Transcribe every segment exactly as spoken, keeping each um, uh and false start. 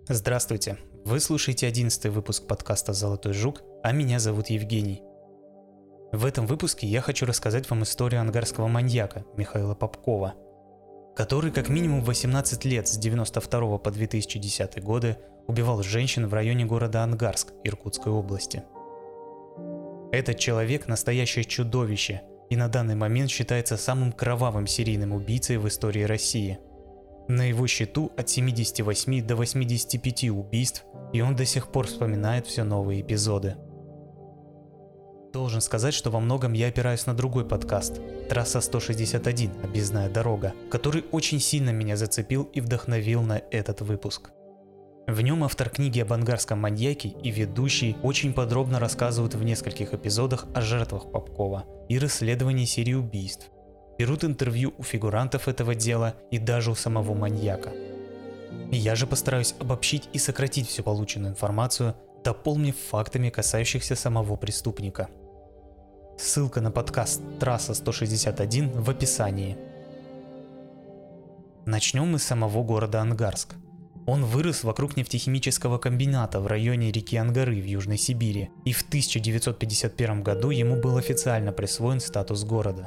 Здравствуйте! Вы слушаете одиннадцатый выпуск подкаста «Золотой жук», а меня зовут Евгений. В этом выпуске я хочу рассказать вам историю ангарского маньяка Михаила Попкова, который как минимум восемнадцать лет с девяносто второго по две тысячи десятый годы убивал женщин в районе города Ангарск Иркутской области. Этот человек – настоящее чудовище и на данный момент считается самым кровавым серийным убийцей в истории России. На его счету от семидесяти восьми до восьмидесяти пяти убийств, и он до сих пор вспоминает все новые эпизоды. Должен сказать, что во многом я опираюсь на другой подкаст «Трасса сто шестьдесят один. Объездная дорога», который очень сильно меня зацепил и вдохновил на этот выпуск. В нем автор книги об ангарском маньяке и ведущий очень подробно рассказывают в нескольких эпизодах о жертвах Попкова и расследовании серии убийств. Берут интервью у фигурантов этого дела и даже у самого маньяка. Я же постараюсь обобщить и сократить всю полученную информацию, дополнив фактами, касающихся самого преступника. Ссылка на подкаст «Трасса сто шестьдесят один» в описании. Начнем мы с самого города Ангарск. Он вырос вокруг нефтехимического комбината в районе реки Ангары в Южной Сибири, и в тысяча девятьсот пятьдесят первом году ему был официально присвоен статус города.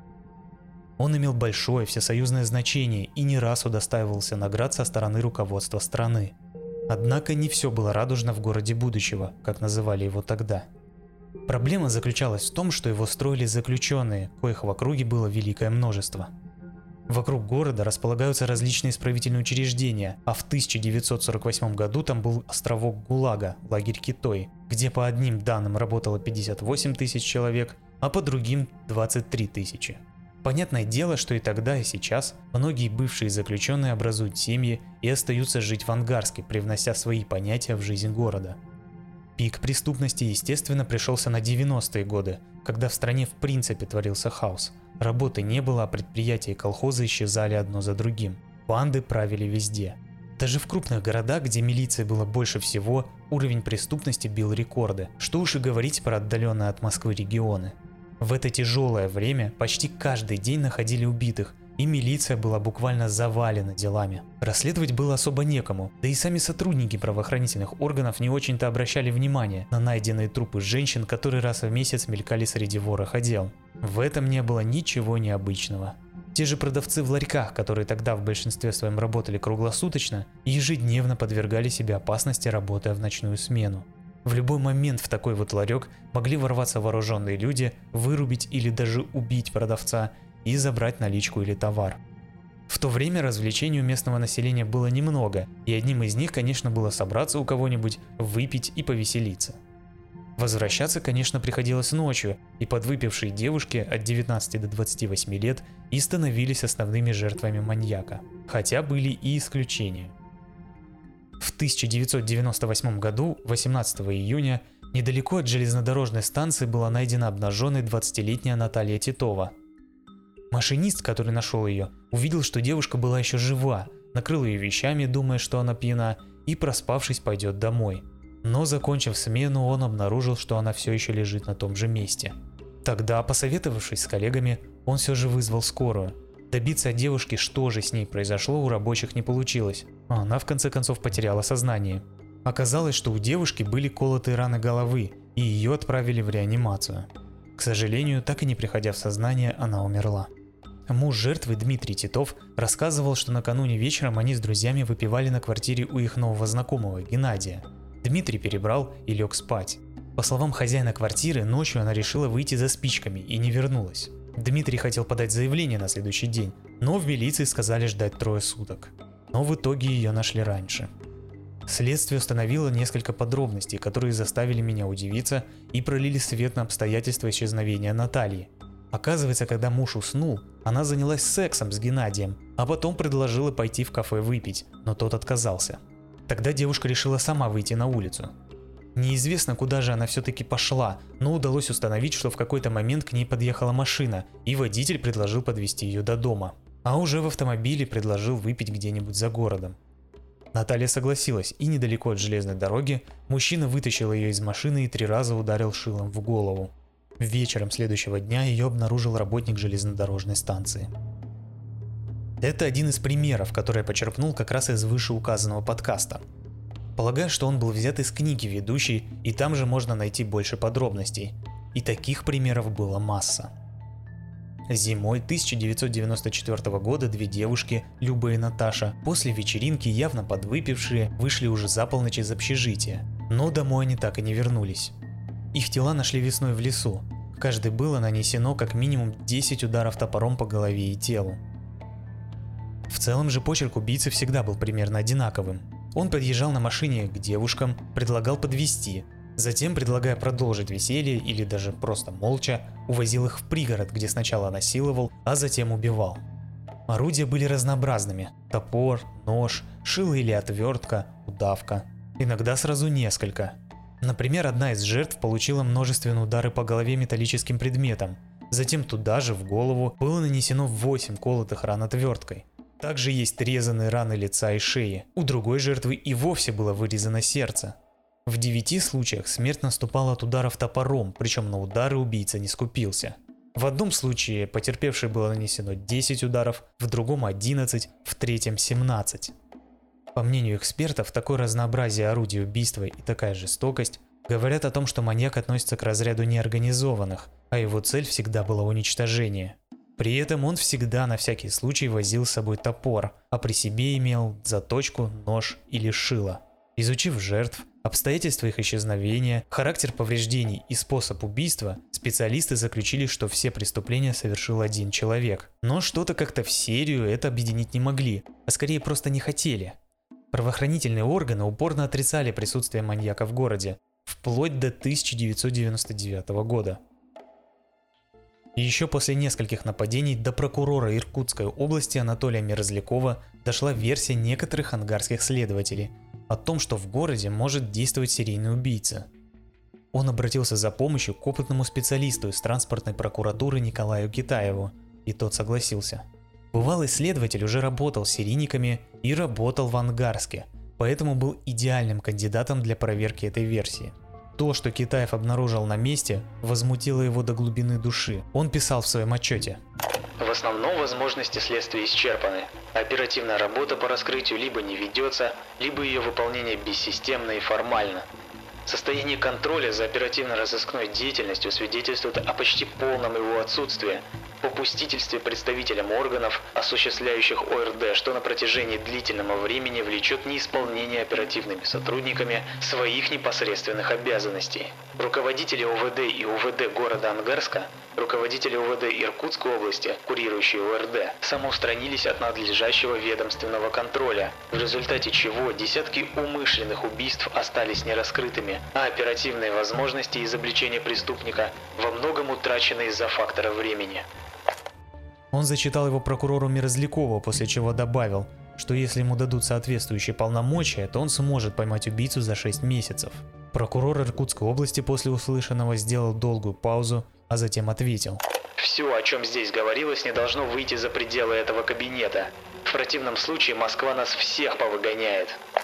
Он имел большое всесоюзное значение и не раз удостаивался наград со стороны руководства страны. Однако не все было радужно в городе будущего, как называли его тогда. Проблема заключалась в том, что его строили заключенные, коих в округе было великое множество. Вокруг города располагаются различные исправительные учреждения, а в тысяча девятьсот сорок восьмом году там был островок ГУЛАГа, лагерь Китой, где по одним данным работало пятьдесят восемь тысяч человек, а по другим двадцать три тысячи. Понятное дело, что и тогда, и сейчас многие бывшие заключенные образуют семьи и остаются жить в Ангарске, привнося свои понятия в жизнь города. Пик преступности, естественно, пришелся на девяностые годы, когда в стране в принципе творился хаос. Работы не было, а предприятия и колхозы исчезали одно за другим. Банды правили везде. Даже в крупных городах, где милиции было больше всего, уровень преступности бил рекорды. Что уж и говорить про отдаленные от Москвы регионы. В это тяжелое время почти каждый день находили убитых, и милиция была буквально завалена делами. Расследовать было особо некому, да и сами сотрудники правоохранительных органов не очень-то обращали внимание на найденные трупы женщин, которые раз в месяц мелькали среди вороха дел. В этом не было ничего необычного. Те же продавцы в ларьках, которые тогда в большинстве своем работали круглосуточно, ежедневно подвергали себе опасности, работая в ночную смену. В любой момент в такой вот ларек могли ворваться вооруженные люди, вырубить или даже убить продавца и забрать наличку или товар. В то время развлечений у местного населения было немного, и одним из них, конечно, было собраться у кого-нибудь, выпить и повеселиться. Возвращаться, конечно, приходилось ночью, и подвыпившие девушки от девятнадцати до двадцати восьми лет и становились основными жертвами маньяка, хотя были и исключения. В тысяча девятьсот девяносто восьмом году, восемнадцатого июня, недалеко от железнодорожной станции была найдена обнаженная двадцатилетняя Наталья Титова. Машинист, который нашел ее, увидел, что девушка была еще жива, накрыл ее вещами, думая, что она пьяна, и, проспавшись, пойдет домой. Но, закончив смену, он обнаружил, что она все еще лежит на том же месте. Тогда, посоветовавшись с коллегами, он все же вызвал скорую. Добиться от девушки, что же с ней произошло, у рабочих не получилось, а она в конце концов потеряла сознание. Оказалось, что у девушки были колотые раны головы, и ее отправили в реанимацию. К сожалению, так и не приходя в сознание, она умерла. Муж жертвы Дмитрий Титов рассказывал, что накануне вечером они с друзьями выпивали на квартире у их нового знакомого, Геннадия. Дмитрий перебрал и лег спать. По словам хозяина квартиры, ночью она решила выйти за спичками и не вернулась. Дмитрий хотел подать заявление на следующий день, но в милиции сказали ждать трое суток. Но в итоге ее нашли раньше. Следствие установило несколько подробностей, которые заставили меня удивиться и пролили свет на обстоятельства исчезновения Натальи. Оказывается, когда муж уснул, она занялась сексом с Геннадием, а потом предложила пойти в кафе выпить, но тот отказался. Тогда девушка решила сама выйти на улицу. Неизвестно, куда же она все-таки пошла, но удалось установить, что в какой-то момент к ней подъехала машина, и водитель предложил подвезти ее до дома. А уже в автомобиле предложил выпить где-нибудь за городом. Наталья согласилась, и недалеко от железной дороги мужчина вытащил ее из машины и три раза ударил шилом в голову. Вечером следующего дня ее обнаружил работник железнодорожной станции. Это один из примеров, который я почерпнул как раз из вышеуказанного подкаста. Полагаю, что он был взят из книги ведущей, и там же можно найти больше подробностей. И таких примеров было масса. Зимой тысяча девятьсот девяносто четвёртого года две девушки, Люба и Наташа, после вечеринки, явно подвыпившие, вышли уже за полночь из общежития. Но домой они так и не вернулись. Их тела нашли весной в лесу. Каждой было нанесено как минимум десять ударов топором по голове и телу. В целом же почерк убийцы всегда был примерно одинаковым. Он подъезжал на машине к девушкам, предлагал подвезти, затем, предлагая продолжить веселье или даже просто молча, увозил их в пригород, где сначала насиловал, а затем убивал. Орудия были разнообразными: топор, нож, шило или отвертка, удавка. Иногда сразу несколько. Например, одна из жертв получила множественные удары по голове металлическим предметом. Затем туда же, в голову, было нанесено восемь колотых ран отверткой. Также есть резаные раны лица и шеи. У другой жертвы и вовсе было вырезано сердце. В девяти случаях смерть наступала от ударов топором, причем на удары убийца не скупился. В одном случае потерпевшей было нанесено десять ударов, в другом одиннадцать, в третьем семнадцать. По мнению экспертов, такое разнообразие орудий убийства и такая жестокость говорят о том, что маньяк относится к разряду неорганизованных, а его цель всегда была уничтожение. При этом он всегда на всякий случай возил с собой топор, а при себе имел заточку, нож или шило. Изучив жертв, обстоятельства их исчезновения, характер повреждений и способ убийства, специалисты заключили, что все преступления совершил один человек. Но что-то как-то в серию это объединить не могли, а скорее просто не хотели. Правоохранительные органы упорно отрицали присутствие маньяка в городе, вплоть до тысяча девятьсот девяносто девятого года. И еще после нескольких нападений до прокурора Иркутской области Анатолия Мерзлякова дошла версия некоторых ангарских следователей о том, что в городе может действовать серийный убийца. Он обратился за помощью к опытному специалисту из транспортной прокуратуры Николаю Китаеву, и тот согласился. Бывалый следователь уже работал с серийниками и работал в Ангарске, поэтому был идеальным кандидатом для проверки этой версии. То, что Китаев обнаружил на месте, возмутило его до глубины души. Он писал в своем отчете: В основном возможности следствия исчерпаны. Оперативная работа по раскрытию либо не ведется, либо ее выполнение бессистемно и формально. Состояние контроля за оперативно-розыскной деятельностью свидетельствует о почти полном его отсутствии, попустительстве представителям органов, осуществляющих О Р Д, что на протяжении длительного времени влечет неисполнение оперативными сотрудниками своих непосредственных обязанностей. Руководители О В Д и У В Д города Ангарска, руководители О В Д Иркутской области, курирующие О Р Д, самоустранились от надлежащего ведомственного контроля, в результате чего десятки умышленных убийств остались нераскрытыми, а оперативные возможности изобличения преступника во многом утрачены из-за фактора времени. Он зачитал его прокурору Мерзлякову, после чего добавил, что если ему дадут соответствующие полномочия, то он сможет поймать убийцу за шесть месяцев. Прокурор Иркутской области после услышанного сделал долгую паузу, а затем ответил: Все, о чем здесь говорилось, не должно выйти за пределы этого кабинета. В противном случае Москва нас всех повыгоняет.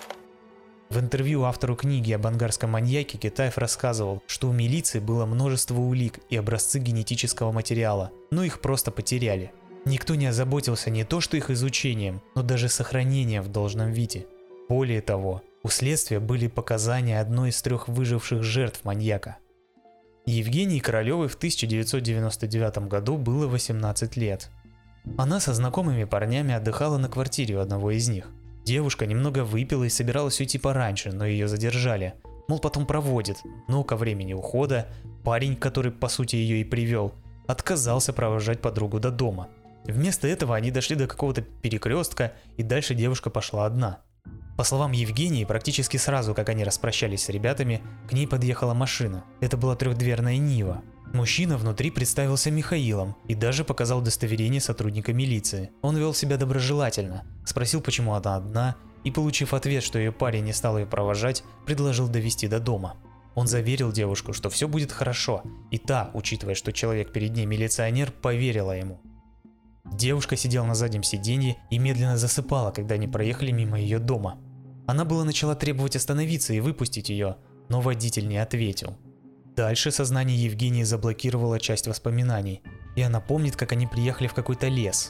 В интервью автору книги об ангарском маньяке Китаев рассказывал, что у милиции было множество улик и образцы генетического материала, но их просто потеряли. Никто не озаботился не то что их изучением, но даже сохранением в должном виде. Более того, у следствия были показания одной из трех выживших жертв маньяка. Евгении Королевой в тысяча девятьсот девяносто девятом году было восемнадцать лет. Она со знакомыми парнями отдыхала на квартире у одного из них. Девушка немного выпила и собиралась уйти пораньше, но ее задержали. Мол, потом проводит, но ко времени ухода парень, который по сути ее и привел, отказался провожать подругу до дома. Вместо этого они дошли до какого-то перекрестка, и дальше девушка пошла одна. По словам Евгении, практически сразу, как они распрощались с ребятами, к ней подъехала машина. Это была трехдверная Нива. Мужчина внутри представился Михаилом и даже показал удостоверение сотрудника милиции. Он вел себя доброжелательно, спросил, почему она одна, и, получив ответ, что ее парень не стал ее провожать, предложил довести до дома. Он заверил девушку, что все будет хорошо, и та, учитывая, что человек перед ней милиционер, поверила ему. Девушка сидела на заднем сиденье и медленно засыпала, когда они проехали мимо ее дома. Она была начала требовать остановиться и выпустить ее, но водитель не ответил. Дальше сознание Евгении заблокировало часть воспоминаний, и она помнит, как они приехали в какой-то лес.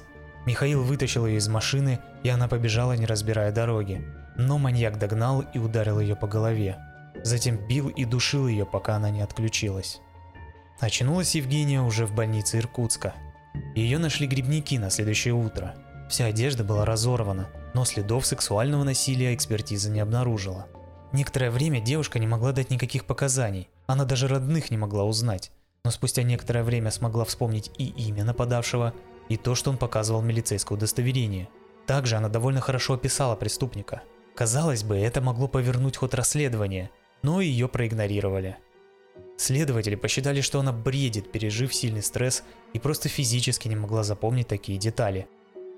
Михаил вытащил ее из машины, и она побежала, не разбирая дороги. Но маньяк догнал и ударил ее по голове. Затем бил и душил ее, пока она не отключилась. Очнулась Евгения уже в больнице Иркутска. Ее нашли грибники на следующее утро. Вся одежда была разорвана, но следов сексуального насилия экспертиза не обнаружила. Некоторое время девушка не могла дать никаких показаний, она даже родных не могла узнать, но спустя некоторое время смогла вспомнить и имя нападавшего, и то, что он показывал милицейское удостоверение. Также она довольно хорошо описала преступника. Казалось бы, это могло повернуть ход расследования, но ее проигнорировали. Следователи посчитали, что она бредит, пережив сильный стресс, и просто физически не могла запомнить такие детали.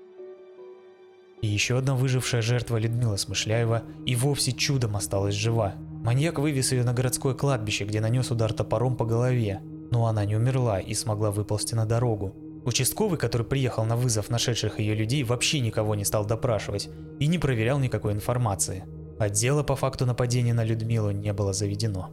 И еще одна выжившая жертва, Людмила Смышляева, и вовсе чудом осталась жива. Маньяк вывез ее на городское кладбище, где нанес удар топором по голове, но она не умерла и смогла выползти на дорогу. Участковый, который приехал на вызов нашедших ее людей, вообще никого не стал допрашивать и не проверял никакой информации. А дело по факту нападения на Людмилу не было заведено.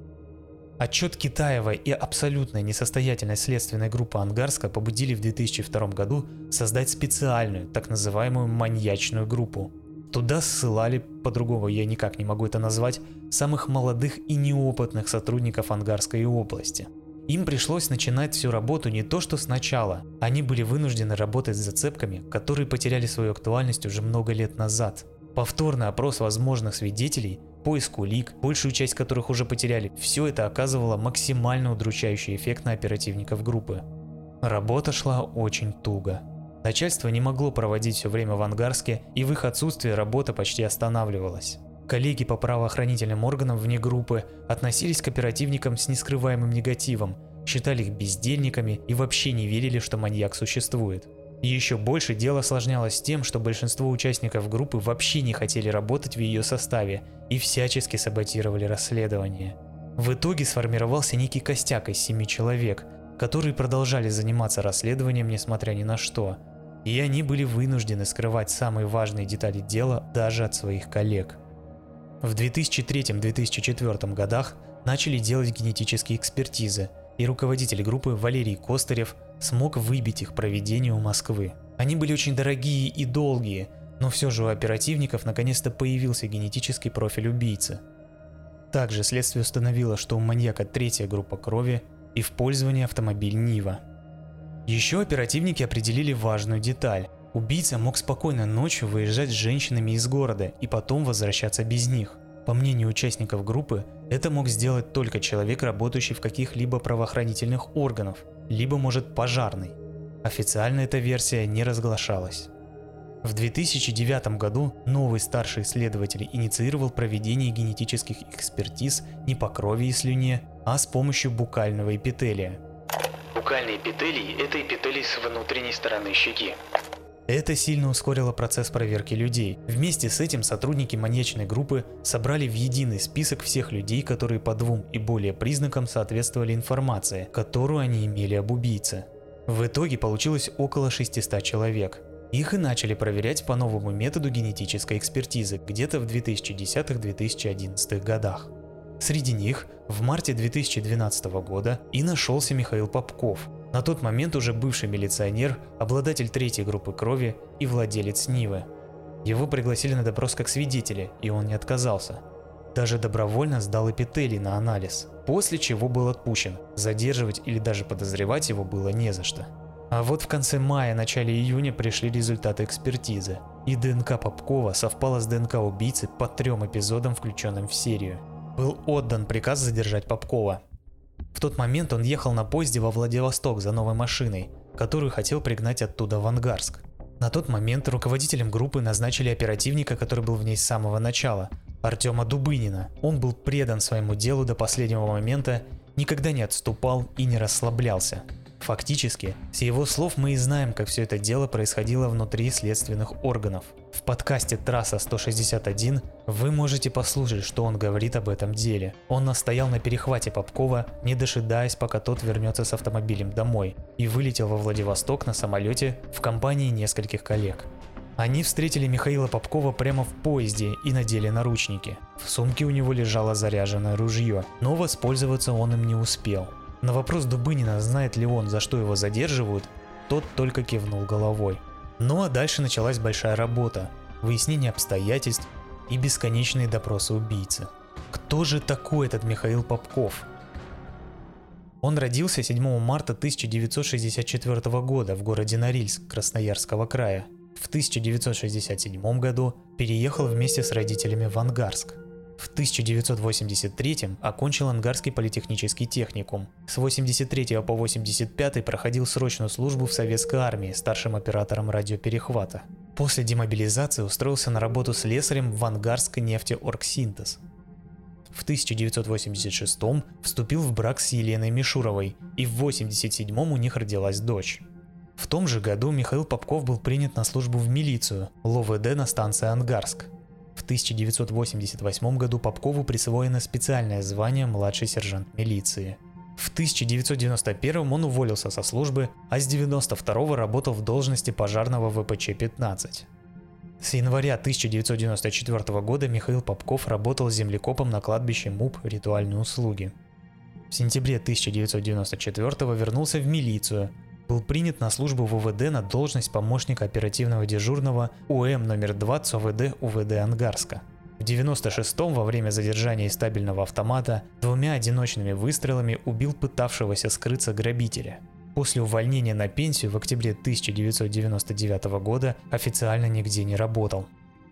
Отчет Китаева и абсолютная несостоятельность следственной группы Ангарска побудили в две тысячи втором году создать специальную, так называемую маньячную группу. Туда ссылали, по-другому я никак не могу это назвать, самых молодых и неопытных сотрудников Ангарской области. Им пришлось начинать всю работу не то что сначала, они были вынуждены работать с зацепками, которые потеряли свою актуальность уже много лет назад. Повторный опрос возможных свидетелей, поиск улик, большую часть которых уже потеряли, все это оказывало максимально удручающий эффект на оперативников группы. Работа шла очень туго. Начальство не могло проводить все время в Ангарске, и в их отсутствие работа почти останавливалась. Коллеги по правоохранительным органам вне группы относились к оперативникам с нескрываемым негативом, считали их бездельниками и вообще не верили, что маньяк существует. И еще больше дело осложнялось тем, что большинство участников группы вообще не хотели работать в ее составе и всячески саботировали расследование. В итоге сформировался некий костяк из семи человек, которые продолжали заниматься расследованием несмотря ни на что, и они были вынуждены скрывать самые важные детали дела даже от своих коллег. В две тысячи третьем — две тысячи четвёртом годах начали делать генетические экспертизы, и руководитель группы Валерий Костырев смог выбить их проведение у Москвы. Они были очень дорогие и долгие, но все же у оперативников наконец-то появился генетический профиль убийцы. Также следствие установило, что у маньяка третья группа крови и в пользовании автомобиль Нива. Еще оперативники определили важную деталь. Убийца мог спокойно ночью выезжать с женщинами из города и потом возвращаться без них. По мнению участников группы, это мог сделать только человек, работающий в каких-либо правоохранительных органах, либо, может, пожарный. Официально эта версия не разглашалась. В две тысячи девятом году новый старший следователь инициировал проведение генетических экспертиз не по крови и слюне, а с помощью букального эпителия. Букальный эпителий – это эпителий с внутренней стороны щеки. Это сильно ускорило процесс проверки людей. Вместе с этим сотрудники маньячной группы собрали в единый список всех людей, которые по двум и более признакам соответствовали информации, которую они имели об убийце. В итоге получилось около шестисот человек. Их и начали проверять по новому методу генетической экспертизы где-то в две тысячи десятом — две тысячи одиннадцатом годах. Среди них в марте две тысячи двенадцатого года и нашелся Михаил Попков, на тот момент уже бывший милиционер, обладатель третьей группы крови и владелец Нивы. Его пригласили на допрос как свидетеля, и он не отказался. Даже добровольно сдал эпителий на анализ, после чего был отпущен, задерживать или даже подозревать его было не за что. А вот в конце мая, начале июня пришли результаты экспертизы, и ДНК Попкова совпала с ДНК убийцы по трем эпизодам, включенным в серию. Был отдан приказ задержать Попкова. В тот момент он ехал на поезде во Владивосток за новой машиной, которую хотел пригнать оттуда в Ангарск. На тот момент руководителем группы назначили оперативника, который был в ней с самого начала, Артема Дубынина. Он был предан своему делу до последнего момента, никогда не отступал и не расслаблялся. Фактически, с его слов мы и знаем, как все это дело происходило внутри следственных органов. В подкасте «Трасса сто шестьдесят один» вы можете послушать, что он говорит об этом деле. Он настоял на перехвате Попкова, не дожидаясь, пока тот вернется с автомобилем домой, и вылетел во Владивосток на самолете в компании нескольких коллег. Они встретили Михаила Попкова прямо в поезде и надели наручники. В сумке у него лежало заряженное ружье, но воспользоваться он им не успел. На вопрос Дубынина, знает ли он, за что его задерживают, тот только кивнул головой. Ну а дальше началась большая работа, выяснение обстоятельств и бесконечные допросы убийцы. Кто же такой этот Михаил Попков? Он родился седьмого марта тысяча девятьсот шестьдесят четвёртого года в городе Норильск Красноярского края. В тысяча девятьсот шестьдесят седьмом году переехал вместе с родителями в Ангарск. В тысяча девятьсот восемьдесят третьем окончил Ангарский политехнический техникум. С восемьдесят третьего по восемьдесят пятый проходил срочную службу в советской армии старшим оператором радиоперехвата. После демобилизации устроился на работу слесарем в Ангарск нефтеоргсинтез. В тысяча девятьсот восемьдесят шестом вступил в брак с Еленой Мишуровой, и в восемьдесят седьмом у них родилась дочь. В том же году Михаил Попков был принят на службу в милицию, ЛОВД на станции Ангарск. В тысяча девятьсот восемьдесят восьмом году Попкову присвоено специальное звание младший сержант милиции. В тысяча девятьсот девяносто первом он уволился со службы, а с девяносто второго работал в должности пожарного в вэ пэ че пятнадцать. С января тысяча девятьсот девяносто четвёртого года Михаил Попков работал землекопом на кладбище МУП «Ритуальные услуги». В сентябре тысяча девятьсот девяносто четвёртого вернулся в милицию, был принят на службу в о вэ дэ на должность помощника оперативного дежурного у эм номер два цэ о вэ дэ у вэ дэ Ангарска. В девяносто шестом во время задержания из стабильного автомата двумя одиночными выстрелами убил пытавшегося скрыться грабителя. После увольнения на пенсию в октябре тысяча девятьсот девяносто девятого года официально нигде не работал.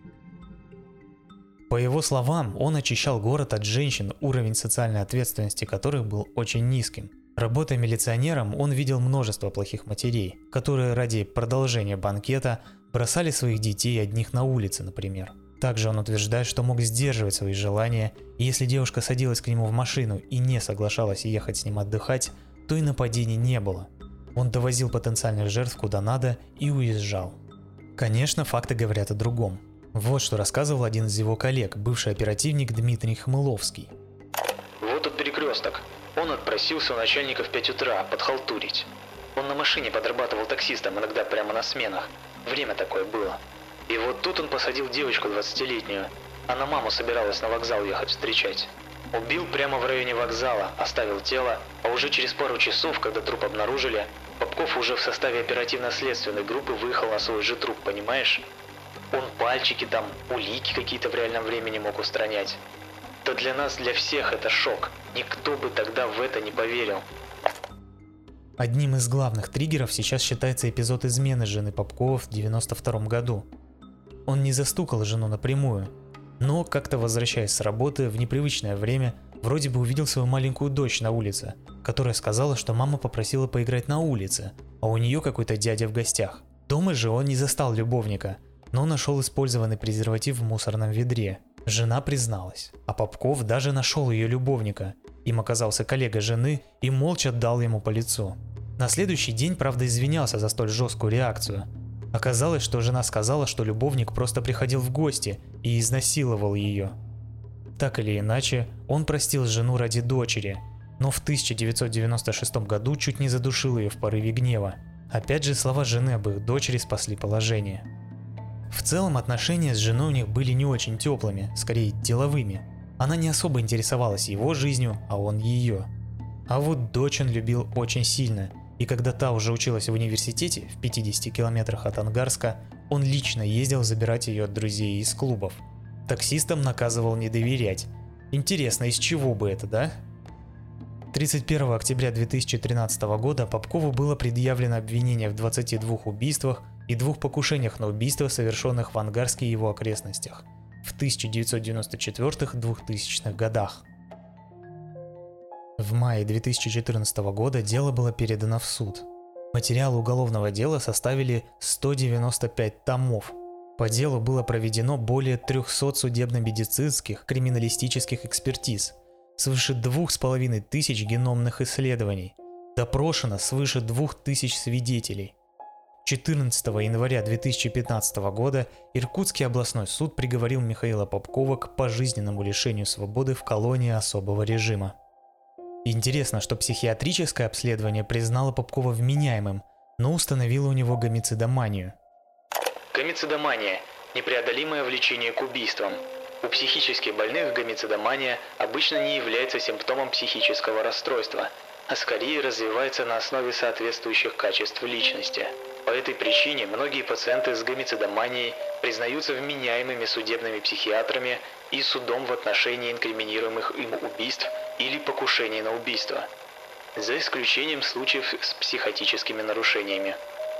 По его словам, он очищал город от женщин, уровень социальной ответственности которых был очень низким. Работая милиционером, он видел множество плохих матерей, которые ради продолжения банкета бросали своих детей одних на улице, например. Также он утверждает, что мог сдерживать свои желания, и если девушка садилась к нему в машину и не соглашалась ехать с ним отдыхать, то и нападений не было. Он довозил потенциальных жертв куда надо и уезжал. Конечно, факты говорят о другом. Вот что рассказывал один из его коллег, бывший оперативник Дмитрий Хмыловский. Вот тут перекресток. Он отпросился у начальника в пять утра подхалтурить. Он на машине подрабатывал таксистом, иногда прямо на сменах. Время такое было. И вот тут он посадил девочку двадцатилетнюю. Она маму собиралась на вокзал ехать встречать. Убил прямо в районе вокзала, оставил тело, а уже через пару часов, когда труп обнаружили, Попков уже в составе оперативно-следственной группы выехал на свой же труп, понимаешь? Он пальчики там, улики какие-то в реальном времени мог устранять. Да для нас, для всех это шок. Никто бы тогда в это не поверил. Одним из главных триггеров сейчас считается эпизод измены жены Попкова в девяносто втором году. Он не застукал жену напрямую, но как-то возвращаясь с работы в непривычное время, вроде бы увидел свою маленькую дочь на улице, которая сказала, что мама попросила поиграть на улице, а у нее какой-то дядя в гостях. Дома же он не застал любовника, но нашел использованный презерватив в мусорном ведре. Жена призналась, а Попков даже нашел ее любовника. Им оказался коллега жены и молча дал ему по лицу. На следующий день, правда, извинялся за столь жесткую реакцию. Оказалось, что жена сказала, что любовник просто приходил в гости и изнасиловал ее. Так или иначе, он простил жену ради дочери, но в тысяча девятьсот девяносто шестом году чуть не задушил ее в порыве гнева. Опять же, слова жены об их дочери спасли положение. В целом, отношения с женой у них были не очень теплыми, скорее деловыми. Она не особо интересовалась его жизнью, а он ее. А вот дочь он любил очень сильно, и когда та уже училась в университете в пятидесяти километрах от Ангарска, он лично ездил забирать ее от друзей из клубов. Таксистам наказывал не доверять. Интересно, из чего бы это, да? тридцать первого октября две тысячи тринадцатого года Попкову было предъявлено обвинение в двадцати двух убийствах и двух покушениях на убийство, совершенных в Ангарске и его окрестностях в тысяча девятьсот девяносто четвёртом — двухтысячных годах. В мае две тысячи четырнадцатого года дело было передано в суд. Материалы уголовного дела составили сто девяносто пять томов. По делу было проведено более трехсот судебно-медицинских криминалистических экспертиз, свыше двух с половиной тысяч геномных исследований, допрошено свыше двух тысяч свидетелей. четырнадцатого января две тысячи пятнадцатого года Иркутский областной суд приговорил Михаила Попкова к пожизненному лишению свободы в колонии особого режима. Интересно, что психиатрическое обследование признало Попкова вменяемым, но установило у него гомицидоманию. Гомицидомания – непреодолимое влечение к убийствам. У психически больных гомицидомания обычно не является симптомом психического расстройства, а скорее развивается на основе соответствующих качеств личности. По этой причине многие пациенты с гомицидоманией признаются вменяемыми судебными психиатрами и судом в отношении инкриминируемых им убийств или покушений на убийство, за исключением случаев с психотическими нарушениями.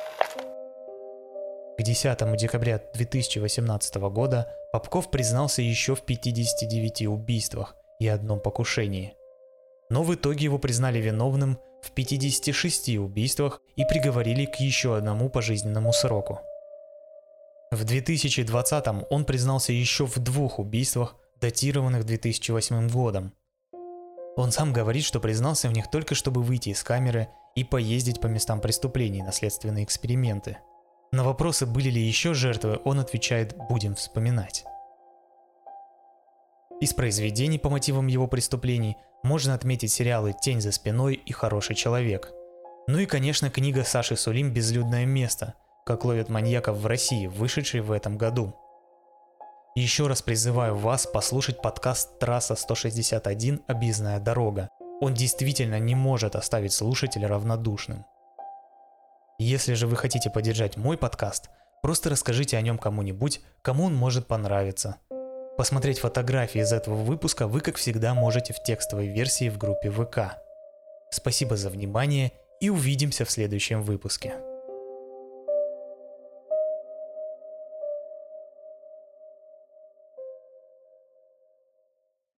К десятому декабря две тысячи восемнадцатого года Попков признался еще в пятидесяти девяти убийствах и одном покушении. Но в итоге его признали виновным в пятидесяти шести убийствах и приговорили к еще одному пожизненному сроку. В две тысячи двадцатом он признался еще в двух убийствах, датированных две тысячи восьмым годом. Он сам говорит, что признался в них только чтобы выйти из камеры и поездить по местам преступлений на следственные эксперименты. На вопросы, были ли еще жертвы, он отвечает: «Будем вспоминать». Из произведений по мотивам его преступлений можно отметить сериалы «Тень за спиной» и «Хороший человек». Ну и, конечно, книга Саши Сулим «Безлюдное место. Как ловят маньяков в России», вышедший в этом году. Еще раз призываю вас послушать подкаст «Трасса сто шестьдесят один. Объездная дорога». Он действительно не может оставить слушателя равнодушным. Если же вы хотите поддержать мой подкаст, просто расскажите о нем кому-нибудь, кому он может понравиться. Посмотреть фотографии из этого выпуска вы, как всегда, можете в текстовой версии в группе вэ ка. Спасибо за внимание и увидимся в следующем выпуске.